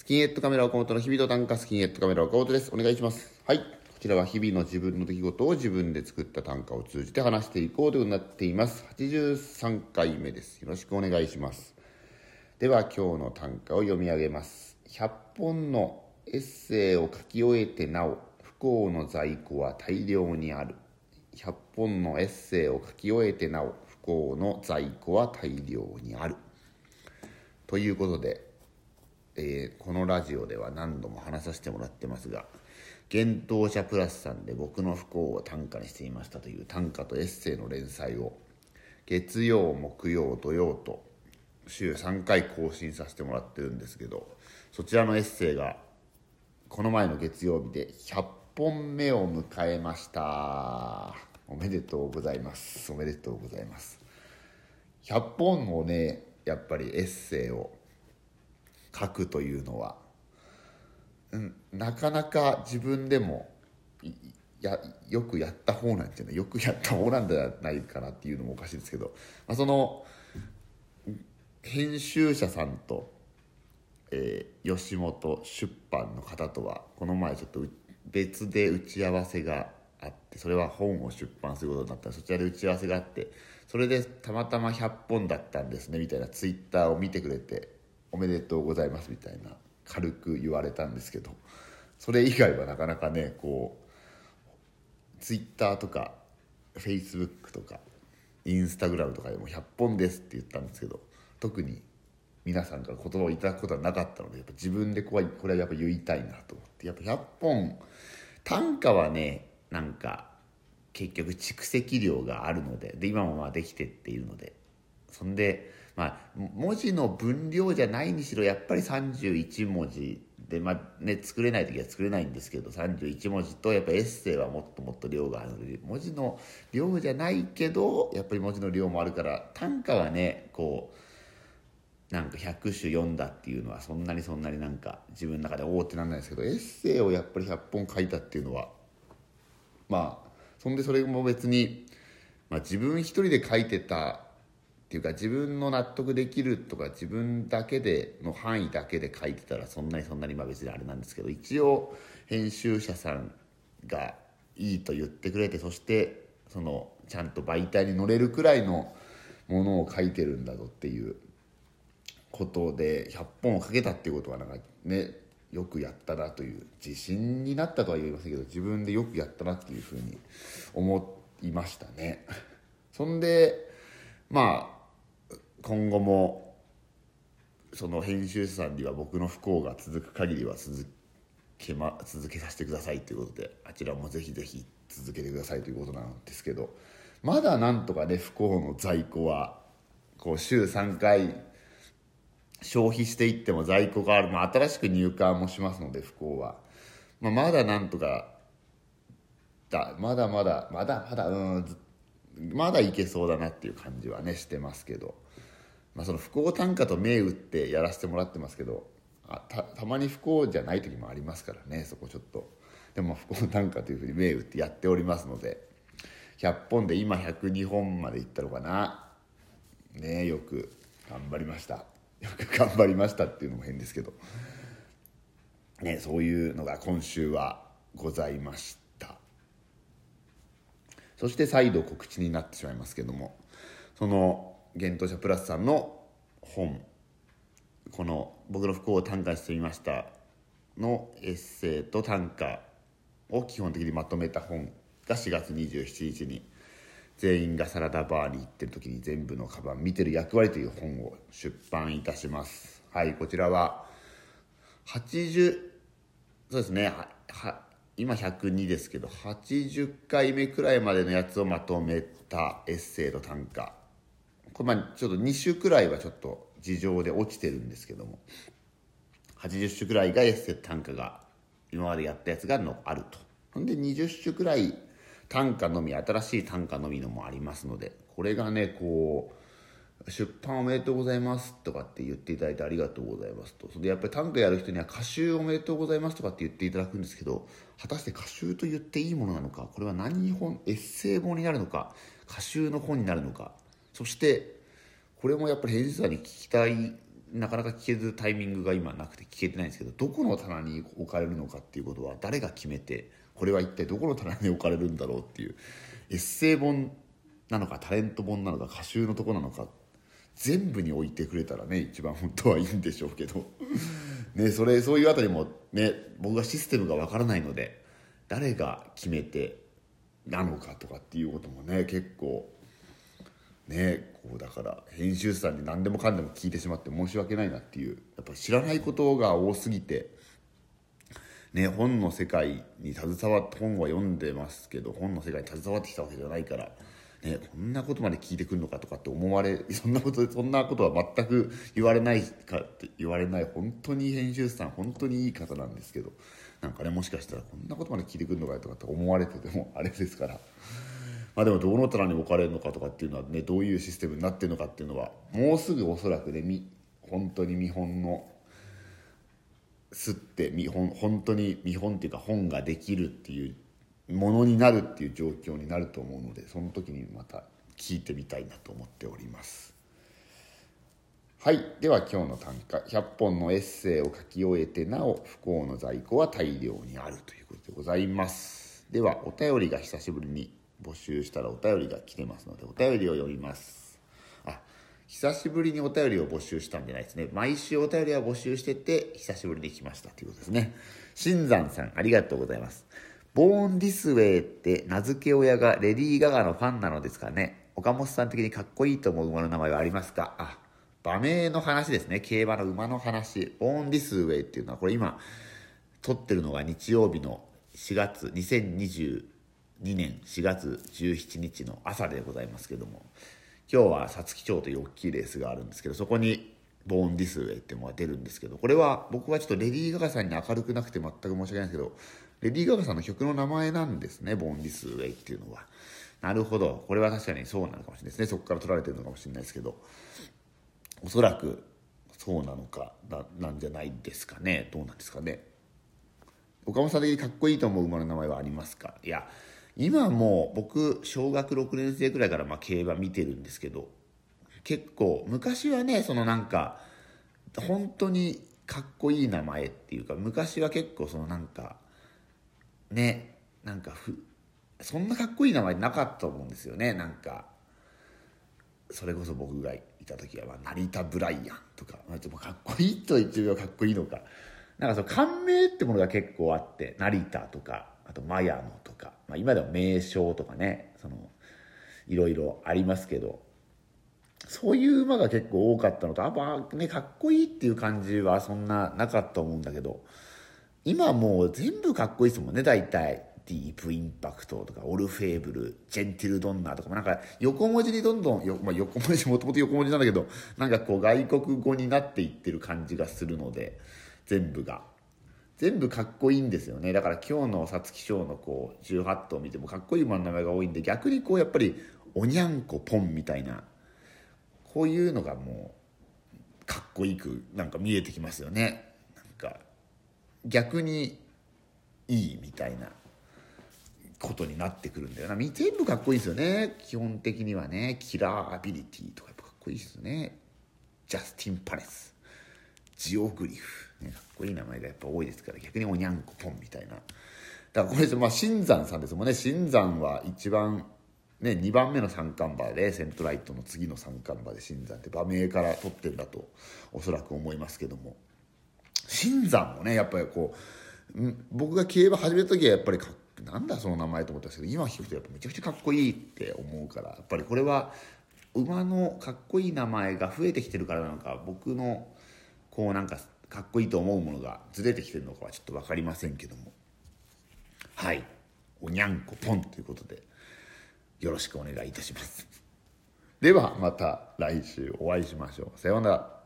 スキンヘッドカメラ岡本の日々の短歌、スキンヘッドカメラ岡本です。お願いします。はい。こちらは日々の自分の出来事を自分で作った短歌を通じて話していこうとなっています。83回目です。よろしくお願いします。では今日の短歌を読み上げます。100本のエッセイを書き終えてなお不幸の在庫は大量にある。100本のエッセイを書き終えてなお不幸の在庫は大量にある。ということで、このラジオでは何度も話させてもらってますが、幻冬舎プラスさんで僕の不幸を短歌にしていましたという短歌とエッセイの連載を月曜木曜土曜と週3回更新させてもらってるんですけど、そちらのエッセイがこの前の月曜日で100本目を迎えました。おめでとうございます。おめでとうございます。100本をね、やっぱりエッセイを書くというのは、なかなか自分でもよくやった方なんじゃないよくやった方なんじゃないかなっていうのもおかしいですけど、その編集者さんと、吉本出版の方とはこの前ちょっと別で打ち合わせがあって、それは本を出版することになったらそちらで打ち合わせがあって、それでたまたま100本だったんですねみたいなツイッターを見てくれて、おめでとうございますみたいな軽く言われたんですけど、それ以外はなかなかね、こうツイッターとかフェイスブックとかインスタグラムとかでも100本ですって言ったんですけど、特に皆さんから言葉をいただくことはなかったので、やっぱ自分でこれはやっぱ言いたいなと思って、やっぱ100本短歌はね、なんか結局蓄積量があるので、今もできてっているので、そんで文字の分量じゃないにしろやっぱり31文字で、作れない時は作れないんですけど、31文字とやっぱエッセイはもっともっと量があるので、文字の量じゃないけどやっぱり文字の量もあるから、短歌はね、こうなんか100首読んだっていうのはそんなになんか自分の中で大手なんないですけど、エッセイをやっぱり100本書いたっていうのは、そんでそれも別に、自分一人で書いてたっていうか、自分の納得できるとか自分だけでの範囲だけで書いてたらそんなに別にあれなんですけど、一応編集者さんがいいと言ってくれて、そしてそのちゃんと媒体に載れるくらいのものを書いてるんだぞっていうことで100本を書けたっていうことはなんかね、よくやったなという自信になったとは言いませんけど、自分でよくやったなっていうふうに思いましたね。そんで今後もその編集者さんには僕の不幸が続く限りは続けさせてくださいということで、あちらもぜひぜひ続けてくださいということなんですけど、まだなんとかね、不幸の在庫はこう週3回消費していっても在庫がある、新しく入荷もしますので、不幸は、まだなんとかまだいけそうだなっていう感じはねしてますけど、その不幸短歌と銘打ってやらせてもらってますけど、たまに不幸じゃない時もありますからね、そこちょっとでも不幸短歌というふうに銘打ってやっておりますので、100本で今102本までいったのかなね。よく頑張りましたっていうのも変ですけどね、そういうのが今週はございました。そして再度告知になってしまいますけども、その幻冬舎プラスさんの本、この僕の不幸を短歌にしてみましたのエッセイと短歌を基本的にまとめた本が4月27日に全員がサラダバーに行ってる時に全部のカバン見てる役割という本を出版いたします。はい、こちらはそうですね、今102ですけど80回目くらいまでのやつをまとめたエッセイと短歌、これちょっと2種くらいはちょっと事情で落ちてるんですけども、80種くらいがエッセイと短歌が今までやったやつがあると。ほんで20種くらい短歌のみ、新しい短歌のみのもありますので、これがね、こう出版おめでとうございますとかって言っていただいてありがとうございますと。それでやっぱり短歌やる人には歌集おめでとうございますとかって言っていただくんですけど、果たして歌集と言っていいものなのか、これはエッセイ本になるのか歌集の本になるのか、そしてこれもやっぱり編集者に聞きたいなかなか聞けずタイミングが今なくて聞けてないんですけど、どこの棚に置かれるのかっていうことは誰が決めて、これは一体どこの棚に置かれるんだろうっていう、エッセイ本なのかタレント本なのか歌集のとこなのか、全部に置いてくれたらね一番本当はいいんでしょうけどね、そういうあたりもね、僕がシステムがわからないので、誰が決めてなのかとかっていうこともね、結構ね、こうだから編集者さんに何でもかんでも聞いてしまって申し訳ないなっていう、やっぱり知らないことが多すぎてね、本の世界に携わって、本は読んでますけど本の世界に携わってきたわけじゃないからね、こんなことまで聞いてくるのかとかって思われ、そんなことは全く言われないかって言われない、本当に編集者さん本当にいい方なんですけど、なんかね、もしかしたらこんなことまで聞いてくるのかとかって思われててもあれですから、まあでもどの棚に置かれるのかとかっていうのはね、どういうシステムになってるのかっていうのはもうすぐおそらくね、本当に見本の本当に見本っていうか本ができるっていうものになるっていう状況になると思うので、その時にまた聞いてみたいなと思っております。はい、では今日の短歌、100本のエッセイを書き終えてなお不幸の在庫は大量にあるということでございます。ではお便りが久しぶりに募集したらお便りが来てますので、お便りを読みます。久しぶりにお便りを募集したんじゃないですね。毎週お便りは募集してて久しぶりに来ましたということですね。新山さん、ありがとうございます。ボーンディスウェイって名付け親がレディー・ガガのファンなのですかね。岡本さん的にかっこいいと思う馬の名前はありますか。馬名の話ですね。競馬の馬の話。ボーンディスウェイっていうのは、これ今撮ってるのが日曜日の2022年4月17日の朝でございますけども、今日は皐月賞という大きいレースがあるんですけど、そこにボーンディスウェイっていうのが出るんですけど、これは僕はちょっとレディー・ガガさんに明るくなくて全く申し訳ないんですけど、レディー・ガガさんの曲の名前なんですね、ボーンディスウェイっていうのは。なるほど、これは確かにそうなのかもしれないですね。そこから取られてるのかもしれないですけど、おそらくそうなのかなんじゃないですかね。どうなんですかね。岡本さん的にかっこいいと思う馬の名前はありますか。いや、今もう僕小学6年生くらいから競馬見てるんですけど、結構昔はね、そのなんか本当にかっこいい名前っていうか、昔は結構そのなんかね、なんかそんなかっこいい名前なかったと思うんですよね。なんかそれこそ僕がいた時は成田ブライアンとか、ちょっとかっこいいと言ってみればかっこいいのか、なんかその感銘ってものが結構あって、成田とかあとマヤノとか、今では名称とかね、そのいろいろありますけど、そういう馬が結構多かったのと、やっぱね、かっこいいっていう感じはそんななかったと思うんだけど、今もう全部かっこいいですもんね。大体ディープインパクトとかオルフェーブル、ジェンティルドンナーとかもなんか横文字にどんどん横文字もともと横文字なんだけど、なんかこう外国語になっていってる感じがするので、全部かっこいいんですよね。だから今日の皐月賞のこう18頭見てもかっこいい馬の名前が多いんで、逆にこうやっぱりおにゃんこポンみたいな、こういうのがもうかっこいいくなんか見えてきますよね。なんか逆にいいみたいなことになってくるんだよな。全部かっこいいですよね。基本的にはね。キラーアビリティとかやっぱかっこいいですよね。ジャスティン・パレス、ジオグリフ、ね、かっこいい名前がやっぱ多いですから、逆におにゃんこポンみたいな。だからこれ新山さんですもんね。新山は一番ね、2番目の三冠馬で、セントライトの次の三冠馬で新山って馬名から取ってるんだとおそらく思いますけども、新山もね、やっぱりこう僕が競馬始めた時はやっぱりなんだその名前と思ったんですけど、今聞くとやっぱめちゃくちゃかっこいいって思うから、やっぱりこれは馬のかっこいい名前が増えてきてるからなのか、僕のこうなんかかっこいいと思うものがずれてきてるのかはちょっと分かりませんけども、はい、おにゃんこポンということでよろしくお願いいたします。ではまた来週お会いしましょう。さようなら。